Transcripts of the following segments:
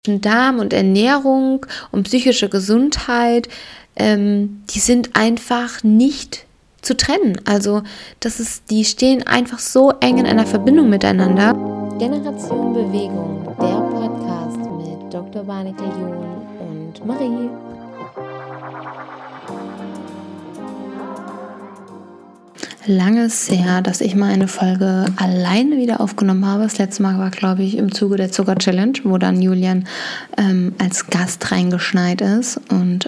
Darm und Ernährung und psychische Gesundheit, die sind einfach nicht zu trennen. Also die stehen einfach so eng in einer Verbindung miteinander. Generation Bewegung, der Podcast mit Dr. Warneke John und Marie. Lange ist her, dass ich mal eine Folge alleine wieder aufgenommen habe. Das letzte Mal war, glaube ich, im Zuge der Zucker-Challenge, wo dann Julian als Gast reingeschneit ist. Und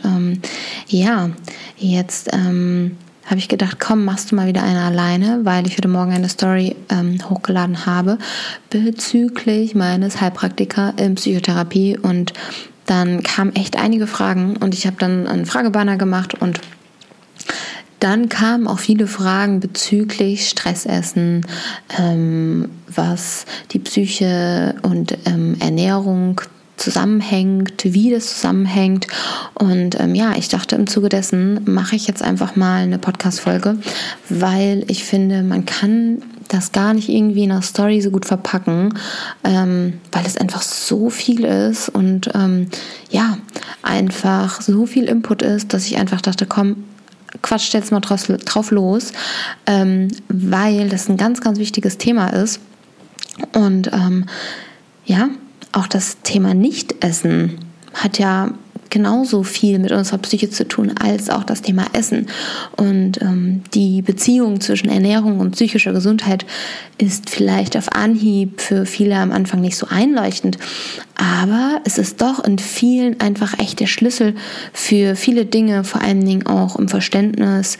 jetzt habe ich gedacht, komm, machst du mal wieder eine alleine, weil ich heute Morgen eine Story hochgeladen habe bezüglich meines Heilpraktika in Psychotherapie. Und dann kamen echt einige Fragen und ich habe dann einen Fragebanner gemacht und dann kamen auch viele Fragen bezüglich Stressessen, was die Psyche und Ernährung zusammenhängt, wie das zusammenhängt. Und ich dachte, im Zuge dessen mache ich jetzt einfach mal eine Podcast-Folge, weil ich finde, man kann das gar nicht irgendwie in einer Story so gut verpacken, weil es einfach so viel ist und einfach so viel Input ist, dass ich einfach dachte, komm, quatsch jetzt mal drauf los, weil das ein ganz, ganz wichtiges Thema ist. Und auch das Thema Nichtessen hat ja genauso viel mit unserer Psyche zu tun als auch das Thema Essen. Und die Beziehung zwischen Ernährung und psychischer Gesundheit ist vielleicht auf Anhieb für viele am Anfang nicht so einleuchtend, aber es ist doch in vielen einfach echt der Schlüssel für viele Dinge, vor allen Dingen auch im Verständnis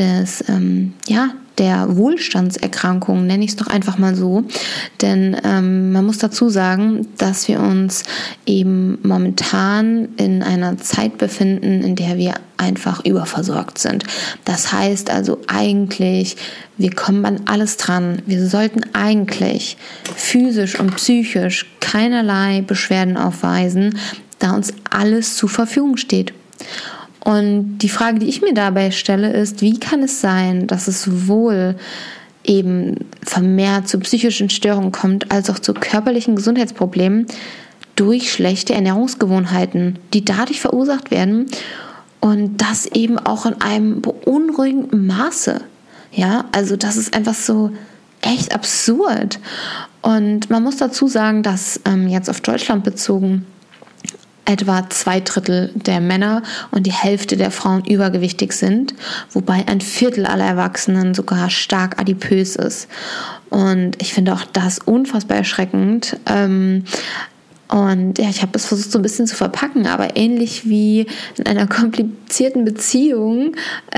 der Wohlstandserkrankungen, nenne ich es doch einfach mal so. Denn man muss dazu sagen, dass wir uns eben momentan in einer Zeit befinden, in der wir einfach überversorgt sind. Das heißt also eigentlich, wir kommen an alles dran. Wir sollten eigentlich physisch und psychisch keinerlei Beschwerden aufweisen, da uns alles zur Verfügung steht. Und die Frage, die ich mir dabei stelle, ist, wie kann es sein, dass es sowohl eben vermehrt zu psychischen Störungen kommt, als auch zu körperlichen Gesundheitsproblemen durch schlechte Ernährungsgewohnheiten, die dadurch verursacht werden und das eben auch in einem beunruhigenden Maße. Ja, also das ist einfach so echt absurd. Und man muss dazu sagen, dass jetzt auf Deutschland bezogen etwa 2/3 der Männer und die Hälfte der Frauen übergewichtig sind, wobei 1/4 aller Erwachsenen sogar stark adipös ist. Und ich finde auch das unfassbar erschreckend. Ich habe es versucht so ein bisschen zu verpacken, aber ähnlich wie in einer komplizierten Beziehung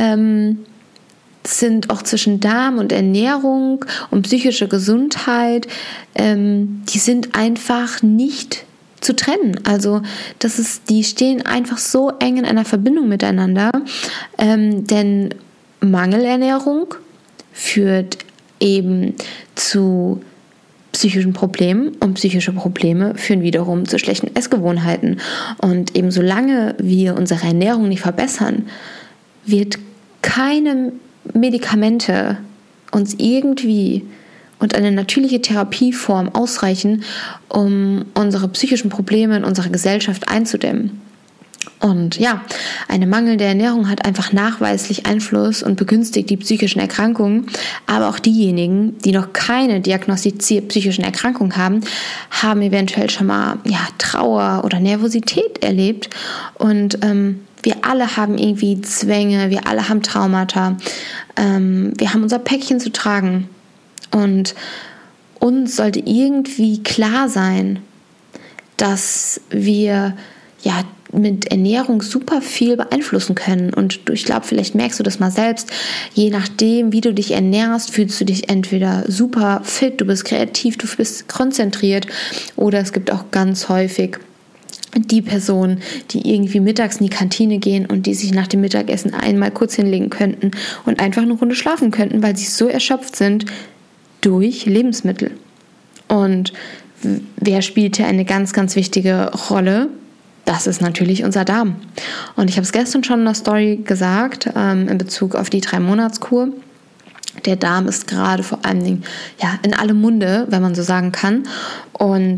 sind auch zwischen Darm und Ernährung und psychische Gesundheit, die sind einfach nicht zu trennen. Also die stehen einfach so eng in einer Verbindung miteinander, denn Mangelernährung führt eben zu psychischen Problemen und psychische Probleme führen wiederum zu schlechten Essgewohnheiten. Und eben solange wir unsere Ernährung nicht verbessern, wird keine Medikamente uns irgendwie und eine natürliche Therapieform ausreichen, um unsere psychischen Probleme in unserer Gesellschaft einzudämmen. Und ja, eine mangelnde Ernährung hat einfach nachweislich Einfluss und begünstigt die psychischen Erkrankungen, aber auch diejenigen, die noch keine diagnostizierte psychischen Erkrankung haben, haben eventuell schon mal Trauer oder Nervosität erlebt und wir alle haben irgendwie Zwänge, wir alle haben Traumata, wir haben unser Päckchen zu tragen. Und uns sollte irgendwie klar sein, dass wir mit Ernährung super viel beeinflussen können. Und ich glaube, vielleicht merkst du das mal selbst, je nachdem, wie du dich ernährst, fühlst du dich entweder super fit, du bist kreativ, du bist konzentriert, oder es gibt auch ganz häufig die Personen, die irgendwie mittags in die Kantine gehen und die sich nach dem Mittagessen einmal kurz hinlegen könnten und einfach eine Runde schlafen könnten, weil sie so erschöpft sind durch Lebensmittel. Und wer spielt hier eine ganz, ganz wichtige Rolle? Das ist natürlich unser Darm. Und ich habe es gestern schon in der Story gesagt, in Bezug auf die 3-Monats-Kur. Der Darm ist gerade vor allen Dingen in allem Munde, wenn man so sagen kann. Und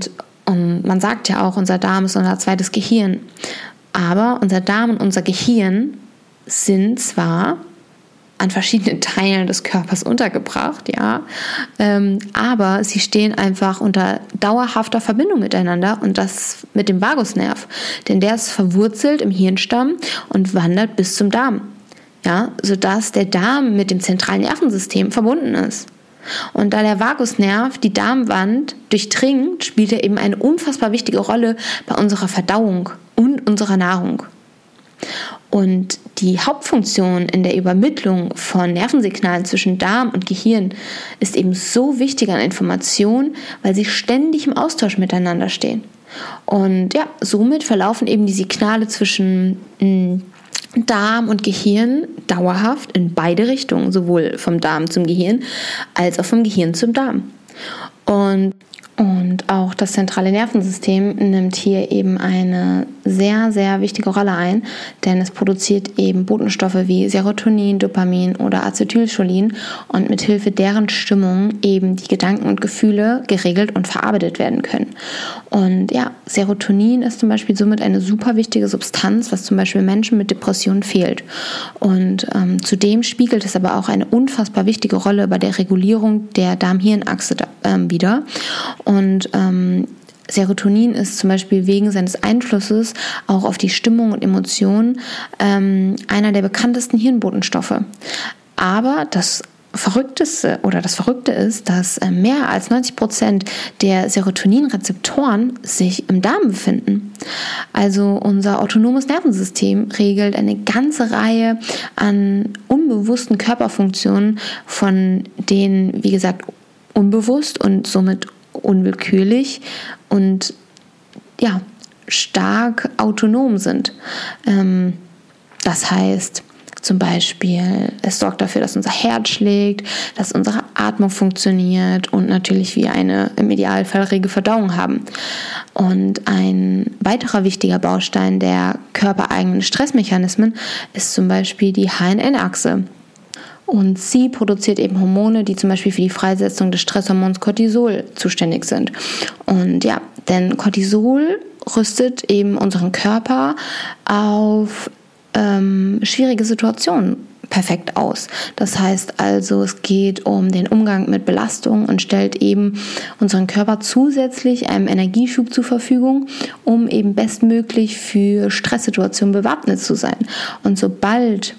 Und man sagt ja auch, unser Darm ist unser zweites Gehirn. Aber unser Darm und unser Gehirn sind zwar an verschiedenen Teilen des Körpers untergebracht, ja, aber sie stehen einfach unter dauerhafter Verbindung miteinander und das mit dem Vagusnerv, denn der ist verwurzelt im Hirnstamm und wandert bis zum Darm, ja, sodass der Darm mit dem zentralen Nervensystem verbunden ist. Und da der Vagusnerv die Darmwand durchdringt, spielt er eben eine unfassbar wichtige Rolle bei unserer Verdauung und unserer Nahrung. Und die Hauptfunktion in der Übermittlung von Nervensignalen zwischen Darm und Gehirn ist eben so wichtig an Informationen, weil sie ständig im Austausch miteinander stehen. Und ja, somit verlaufen eben die Signale zwischen Darm und Gehirn dauerhaft in beide Richtungen, sowohl vom Darm zum Gehirn als auch vom Gehirn zum Darm. Und auch das zentrale Nervensystem nimmt hier eben eine sehr, sehr wichtige Rolle ein, denn es produziert eben Botenstoffe wie Serotonin, Dopamin oder Acetylcholin und mithilfe deren Stimmung eben die Gedanken und Gefühle geregelt und verarbeitet werden können. Und ja, Serotonin ist zum Beispiel somit eine super wichtige Substanz, was zum Beispiel Menschen mit Depressionen fehlt. Und zudem spiegelt es aber auch eine unfassbar wichtige Rolle bei der Regulierung der Darm-Hirn-Achse wider. Und Serotonin ist zum Beispiel wegen seines Einflusses auch auf die Stimmung und Emotionen einer der bekanntesten Hirnbotenstoffe. Aber das Verrückte ist, dass mehr als 90% der Serotoninrezeptoren sich im Darm befinden. Also unser autonomes Nervensystem regelt eine ganze Reihe an unbewussten Körperfunktionen, von denen, wie gesagt, unbewusst und somit unwillkürlich und ja, stark autonom sind. Das heißt zum Beispiel, es sorgt dafür, dass unser Herz schlägt, dass unsere Atmung funktioniert und natürlich wir eine im Idealfall rege Verdauung haben. Und ein weiterer wichtiger Baustein der körpereigenen Stressmechanismen ist zum Beispiel die HNN-Achse. Und sie produziert eben Hormone, die zum Beispiel für die Freisetzung des Stresshormons Cortisol zuständig sind. Und ja, denn Cortisol rüstet eben unseren Körper auf schwierige Situationen perfekt aus. Das heißt also, es geht um den Umgang mit Belastung und stellt eben unseren Körper zusätzlich einem Energieschub zur Verfügung, um eben bestmöglich für Stresssituationen bewappnet zu sein. Und sobald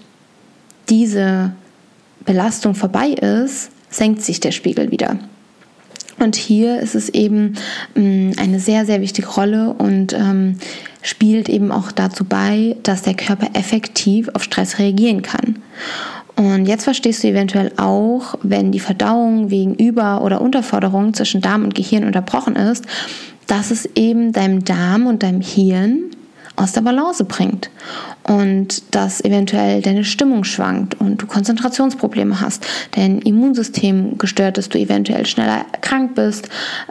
diese Belastung vorbei ist, senkt sich der Spiegel wieder. Und hier ist es eben eine sehr, sehr wichtige Rolle und spielt eben auch dazu bei, dass der Körper effektiv auf Stress reagieren kann. Und jetzt verstehst du eventuell auch, wenn die Verdauung wegen Über- oder Unterforderung zwischen Darm und Gehirn unterbrochen ist, dass es eben deinem Darm und deinem Hirn aus der Balance bringt und dass eventuell deine Stimmung schwankt und du Konzentrationsprobleme hast, dein Immunsystem gestört ist, du eventuell schneller krank bist.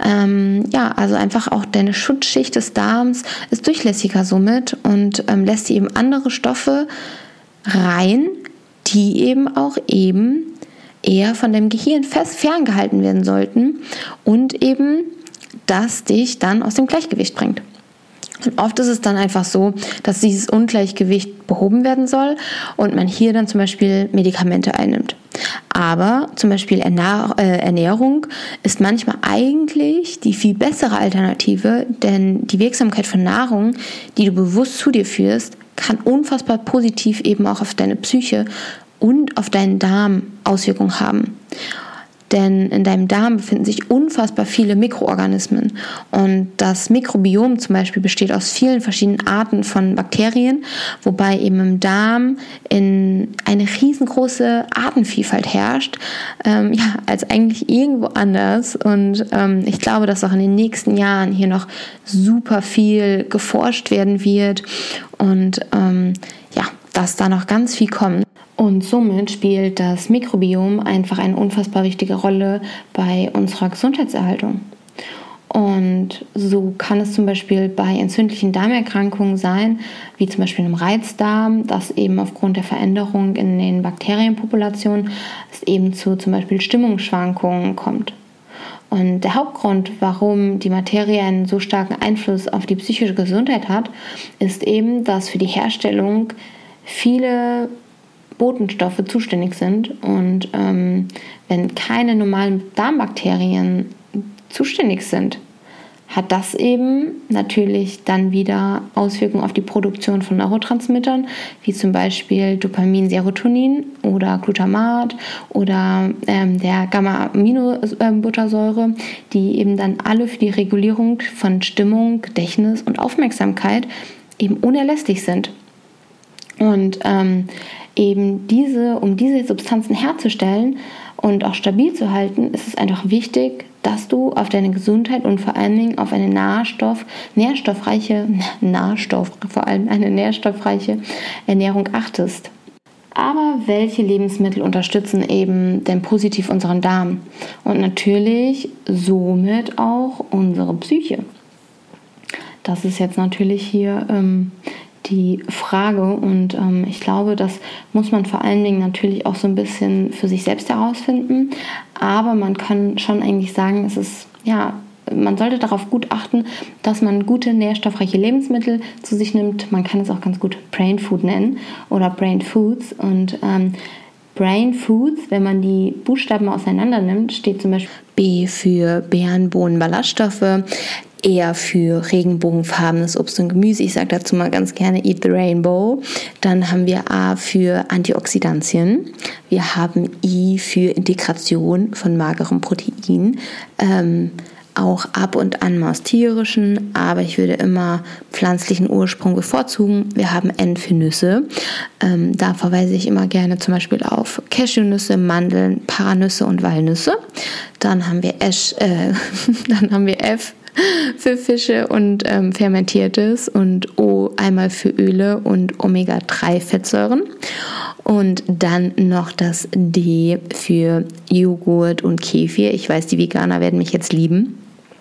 Also einfach auch deine Schutzschicht des Darms ist durchlässiger somit und lässt dir eben andere Stoffe rein, die eben auch eher von deinem Gehirn ferngehalten werden sollten und eben das dich dann aus dem Gleichgewicht bringt. Und oft ist es dann einfach so, dass dieses Ungleichgewicht behoben werden soll und man hier dann zum Beispiel Medikamente einnimmt. Aber zum Beispiel Ernährung ist manchmal eigentlich die viel bessere Alternative, denn die Wirksamkeit von Nahrung, die du bewusst zu dir führst, kann unfassbar positiv eben auch auf deine Psyche und auf deinen Darm Auswirkungen haben. Denn in deinem Darm befinden sich unfassbar viele Mikroorganismen. Und das Mikrobiom zum Beispiel besteht aus vielen verschiedenen Arten von Bakterien, wobei eben im Darm eine riesengroße Artenvielfalt herrscht, als eigentlich irgendwo anders. Und ich glaube, dass auch in den nächsten Jahren hier noch super viel geforscht werden wird und dass da noch ganz viel kommt. Und somit spielt das Mikrobiom einfach eine unfassbar wichtige Rolle bei unserer Gesundheitserhaltung. Und so kann es zum Beispiel bei entzündlichen Darmerkrankungen sein, wie zum Beispiel im Reizdarm, dass eben aufgrund der Veränderung in den Bakterienpopulationen es eben zu zum Beispiel Stimmungsschwankungen kommt. Und der Hauptgrund, warum die Materie einen so starken Einfluss auf die psychische Gesundheit hat, ist eben, dass für die Herstellung viele Botenstoffe zuständig sind. Und wenn keine normalen Darmbakterien zuständig sind, hat das eben natürlich dann wieder Auswirkungen auf die Produktion von Neurotransmittern, wie zum Beispiel Dopamin, Serotonin oder Glutamat oder der Gamma-Aminobuttersäure, die eben dann alle für die Regulierung von Stimmung, Gedächtnis und Aufmerksamkeit eben unerlässlich sind. Und eben um diese Substanzen herzustellen und auch stabil zu halten, ist es einfach wichtig, dass du auf deine Gesundheit und vor allen Dingen auf eine nährstoffreiche Ernährung achtest. Aber welche Lebensmittel unterstützen eben denn positiv unseren Darm und natürlich somit auch unsere Psyche? Das ist jetzt natürlich hier die Frage und ich glaube, das muss man vor allen Dingen natürlich auch so ein bisschen für sich selbst herausfinden, aber man kann schon eigentlich sagen, man sollte darauf gut achten, dass man gute nährstoffreiche Lebensmittel zu sich nimmt. Man kann es auch ganz gut Brain Food nennen oder Brain Foods und Brain Foods, wenn man die Buchstaben auseinander nimmt, steht zum Beispiel B für Beeren, Bohnen, Ballaststoffe, eher für regenbogenfarbenes Obst und Gemüse. Ich sage dazu mal ganz gerne Eat the Rainbow. Dann haben wir A für Antioxidantien. Wir haben I für Integration von magerem Protein. Auch ab und an mal aus tierischen, aber ich würde immer pflanzlichen Ursprung bevorzugen. Wir haben N für Nüsse. Da verweise ich immer gerne zum Beispiel auf Cashewnüsse, Mandeln, Paranüsse und Walnüsse. Dann haben wir F für Fische und Fermentiertes und O einmal für Öle und Omega-3-Fettsäuren. Und dann noch das D für Joghurt und Kefir. Ich weiß, die Veganer werden mich jetzt lieben.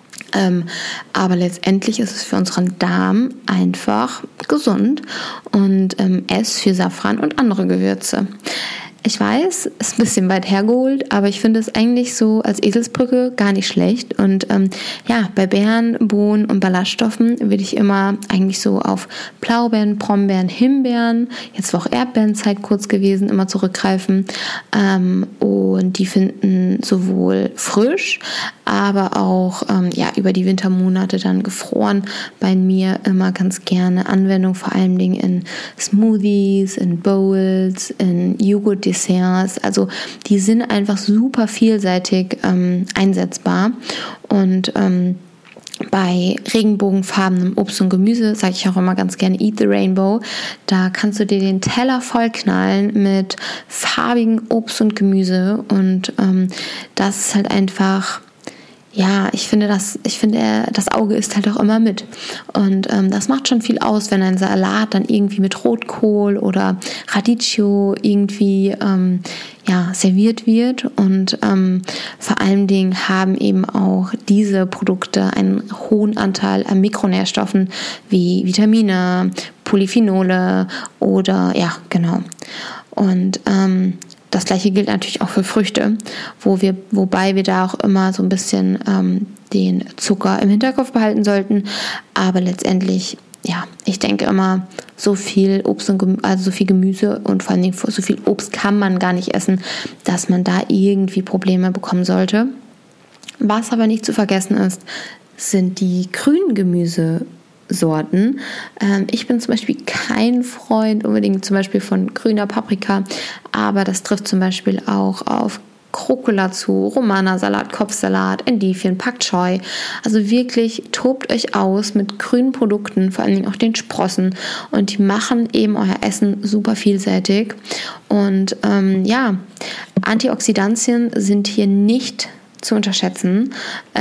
Aber letztendlich ist es für unseren Darm einfach gesund. Und S für Safran und andere Gewürze. Ich weiß, ist ein bisschen weit hergeholt, aber ich finde es eigentlich so als Eselsbrücke gar nicht schlecht. Und bei Beeren, Bohnen und Ballaststoffen würde ich immer eigentlich so auf Blaubeeren, Brombeeren, Himbeeren, jetzt war auch Erdbeerenzeit kurz gewesen, immer zurückgreifen. Und die finden sowohl frisch, aber auch über die Wintermonate dann gefroren bei mir immer ganz gerne Anwendung, vor allen Dingen in Smoothies, in Bowls, in Joghurt-Desserts. Also die sind einfach super vielseitig einsetzbar und bei regenbogenfarbenem Obst und Gemüse sage ich auch immer ganz gerne Eat the Rainbow. Da kannst du dir den Teller vollknallen mit farbigen Obst und Gemüse und das ist halt einfach, ich finde, das Auge isst halt auch immer mit. Und das macht schon viel aus, wenn ein Salat dann irgendwie mit Rotkohl oder Radicchio irgendwie serviert wird. Und vor allen Dingen haben eben auch diese Produkte einen hohen Anteil an Mikronährstoffen wie Vitamine, Polyphenole oder Und das gleiche gilt natürlich auch für Früchte, wobei wir da auch immer so ein bisschen den Zucker im Hinterkopf behalten sollten. Aber letztendlich, ich denke immer, so viel Obst so viel Gemüse und vor allen Dingen so viel Obst kann man gar nicht essen, dass man da irgendwie Probleme bekommen sollte. Was aber nicht zu vergessen ist, sind die grünen Gemüsesorten. Ich bin zum Beispiel kein Freund unbedingt zum Beispiel von grüner Paprika, aber das trifft zum Beispiel auch auf Rucola zu, Romana-Salat, Kopfsalat, Endivien, Pak Choi. Also wirklich tobt euch aus mit grünen Produkten, vor allen Dingen auch den Sprossen, und die machen eben euer Essen super vielseitig. Und Antioxidantien sind hier nicht zu unterschätzen.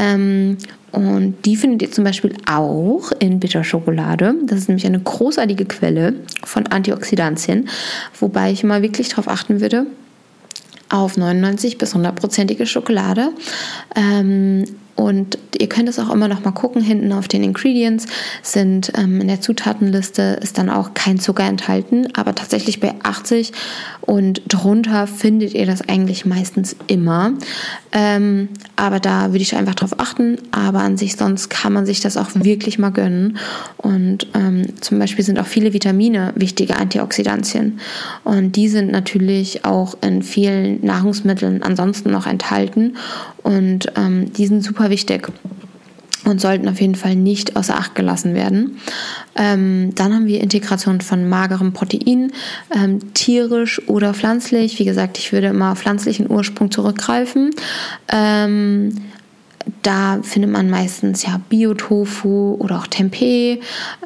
Und die findet ihr zum Beispiel auch in Bitterschokolade. Das ist nämlich eine großartige Quelle von Antioxidantien, wobei ich mal wirklich darauf achten würde, auf 99 bis 100%ige Schokolade. Und ihr könnt es auch immer noch mal gucken, hinten auf den Ingredients sind in der Zutatenliste ist dann auch kein Zucker enthalten, aber tatsächlich bei 80 und drunter findet ihr das eigentlich meistens immer. Aber da würde ich einfach drauf achten. Aber an sich sonst kann man sich das auch wirklich mal gönnen. Und zum Beispiel sind auch viele Vitamine wichtige Antioxidantien. Und die sind natürlich auch in vielen Nahrungsmitteln ansonsten noch enthalten. Und die sind super wichtig und sollten auf jeden Fall nicht außer Acht gelassen werden. Dann haben wir Integration von magerem Protein, tierisch oder pflanzlich. Wie gesagt, ich würde immer auf pflanzlichen Ursprung zurückgreifen. Da findet man meistens ja Bio-Tofu oder auch Tempeh.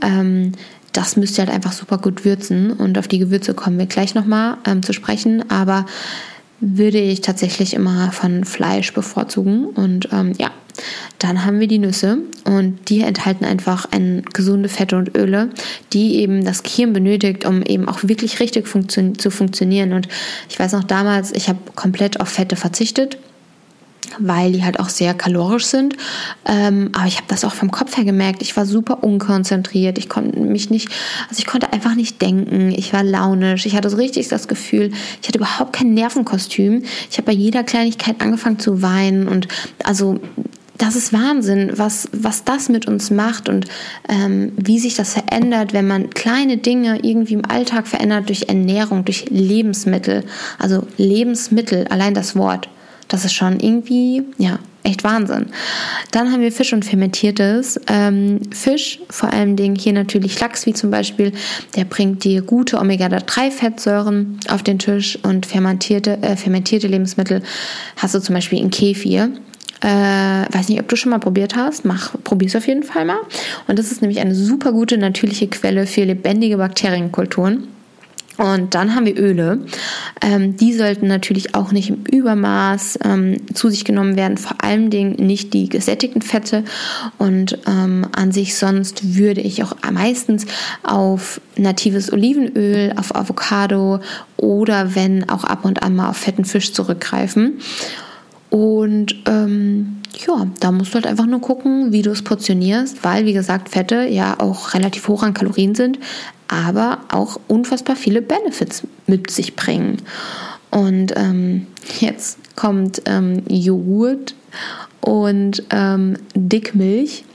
Das müsst ihr halt einfach super gut würzen und auf die Gewürze kommen wir gleich nochmal zu sprechen, aber würde ich tatsächlich immer von Fleisch bevorzugen. Und dann haben wir die Nüsse und die enthalten einfach gesunde Fette und Öle, die eben das Gehirn benötigt, um eben auch wirklich richtig zu funktionieren. Und ich weiß noch damals, ich habe komplett auf Fette verzichtet, weil die halt auch sehr kalorisch sind. Aber ich habe das auch vom Kopf her gemerkt. Ich war super unkonzentriert. Ich konnte einfach nicht denken. Ich war launisch. Ich hatte so richtig das Gefühl, ich hatte überhaupt kein Nervenkostüm. Ich habe bei jeder Kleinigkeit angefangen zu weinen. Und also das ist Wahnsinn, was das mit uns macht und wie sich das verändert, wenn man kleine Dinge irgendwie im Alltag verändert durch Ernährung, durch Lebensmittel. Also Lebensmittel, allein das Wort. Das ist schon irgendwie, echt Wahnsinn. Dann haben wir Fisch und Fermentiertes. Fisch, vor allem hier natürlich Lachs, wie zum Beispiel, der bringt dir gute Omega-3-Fettsäuren auf den Tisch und fermentierte Lebensmittel hast du zum Beispiel in Kefir. Weiß nicht, ob du schon mal probiert hast. Probier's auf jeden Fall mal. Und das ist nämlich eine super gute natürliche Quelle für lebendige Bakterienkulturen. Und dann haben wir Öle. Die sollten natürlich auch nicht im Übermaß zu sich genommen werden, vor allen Dingen nicht die gesättigten Fette. Und an sich sonst würde ich auch meistens auf natives Olivenöl, auf Avocado oder wenn auch ab und an mal auf fetten Fisch zurückgreifen. Und da musst du halt einfach nur gucken, wie du es portionierst, weil, wie gesagt, Fette ja auch relativ hoch an Kalorien sind, aber auch unfassbar viele Benefits mit sich bringen. Und jetzt kommt Joghurt und Dickmilch.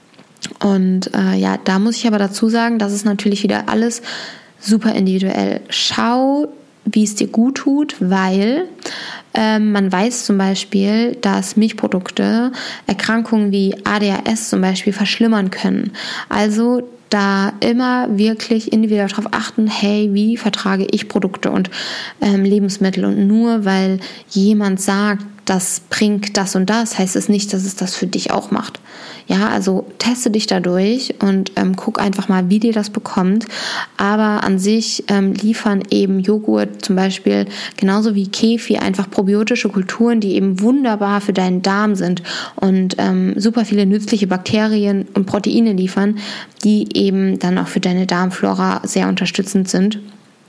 Und da muss ich aber dazu sagen, das ist natürlich wieder alles super individuell. Schau, wie es dir gut tut, weil man weiß zum Beispiel, dass Milchprodukte Erkrankungen wie ADHS zum Beispiel verschlimmern können. Also da immer wirklich individuell darauf achten, hey, wie vertrage ich Produkte und Lebensmittel, und nur weil jemand sagt, das bringt das und das, heißt es nicht, dass es das für dich auch macht. Ja, also teste dich dadurch und guck einfach mal, wie dir das bekommt. Aber an sich liefern eben Joghurt zum Beispiel genauso wie Kefir einfach probiotische Kulturen, die eben wunderbar für deinen Darm sind und super viele nützliche Bakterien und Proteine liefern, die eben dann auch für deine Darmflora sehr unterstützend sind.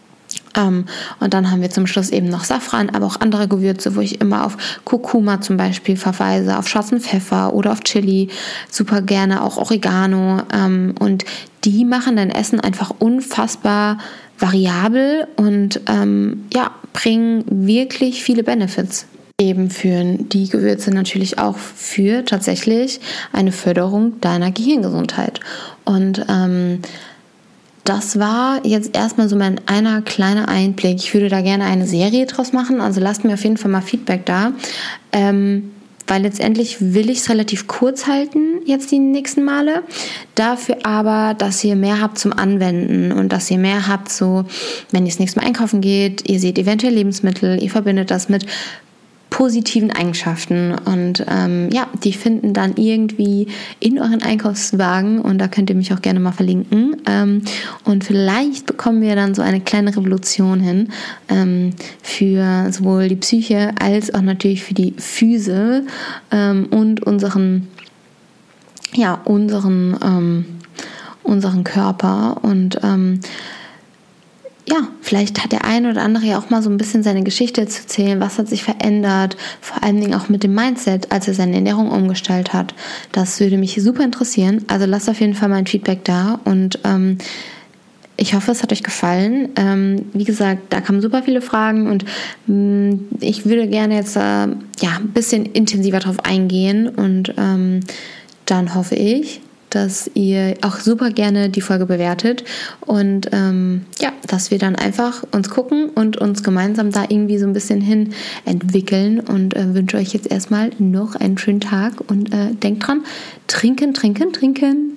Und dann haben wir zum Schluss eben noch Safran, aber auch andere Gewürze, wo ich immer auf Kurkuma zum Beispiel verweise, auf schwarzen Pfeffer oder auf Chili, super gerne auch Oregano. Und die machen dein Essen einfach unfassbar variabel und bringen wirklich viele Benefits. Eben führen die Gewürze natürlich auch für tatsächlich eine Förderung deiner Gehirngesundheit. Und das war jetzt erstmal so mein kleiner Einblick. Ich würde da gerne eine Serie draus machen, also lasst mir auf jeden Fall mal Feedback da, weil letztendlich will ich es relativ kurz halten jetzt die nächsten Male. Dafür aber, dass ihr mehr habt zum Anwenden und dass ihr mehr habt so, wenn ihr das nächste Mal einkaufen geht, ihr seht eventuell Lebensmittel, ihr verbindet das mit positiven Eigenschaften und die finden dann irgendwie in euren Einkaufswagen und da könnt ihr mich auch gerne mal verlinken und vielleicht bekommen wir dann so eine kleine Revolution hin für sowohl die Psyche als auch natürlich für die Füße und unseren Körper und vielleicht hat der eine oder andere ja auch mal so ein bisschen seine Geschichte zu erzählen, was hat sich verändert, vor allen Dingen auch mit dem Mindset, als er seine Ernährung umgestellt hat. Das würde mich super interessieren, also lasst auf jeden Fall mein Feedback da und ich hoffe, es hat euch gefallen. Wie gesagt, da kamen super viele Fragen und ich würde gerne jetzt ein bisschen intensiver drauf eingehen und dann hoffe ich, dass ihr auch super gerne die Folge bewertet und dass wir dann einfach uns gucken und uns gemeinsam da irgendwie so ein bisschen hin entwickeln und wünsche euch jetzt erstmal noch einen schönen Tag und denkt dran, trinken, trinken, trinken.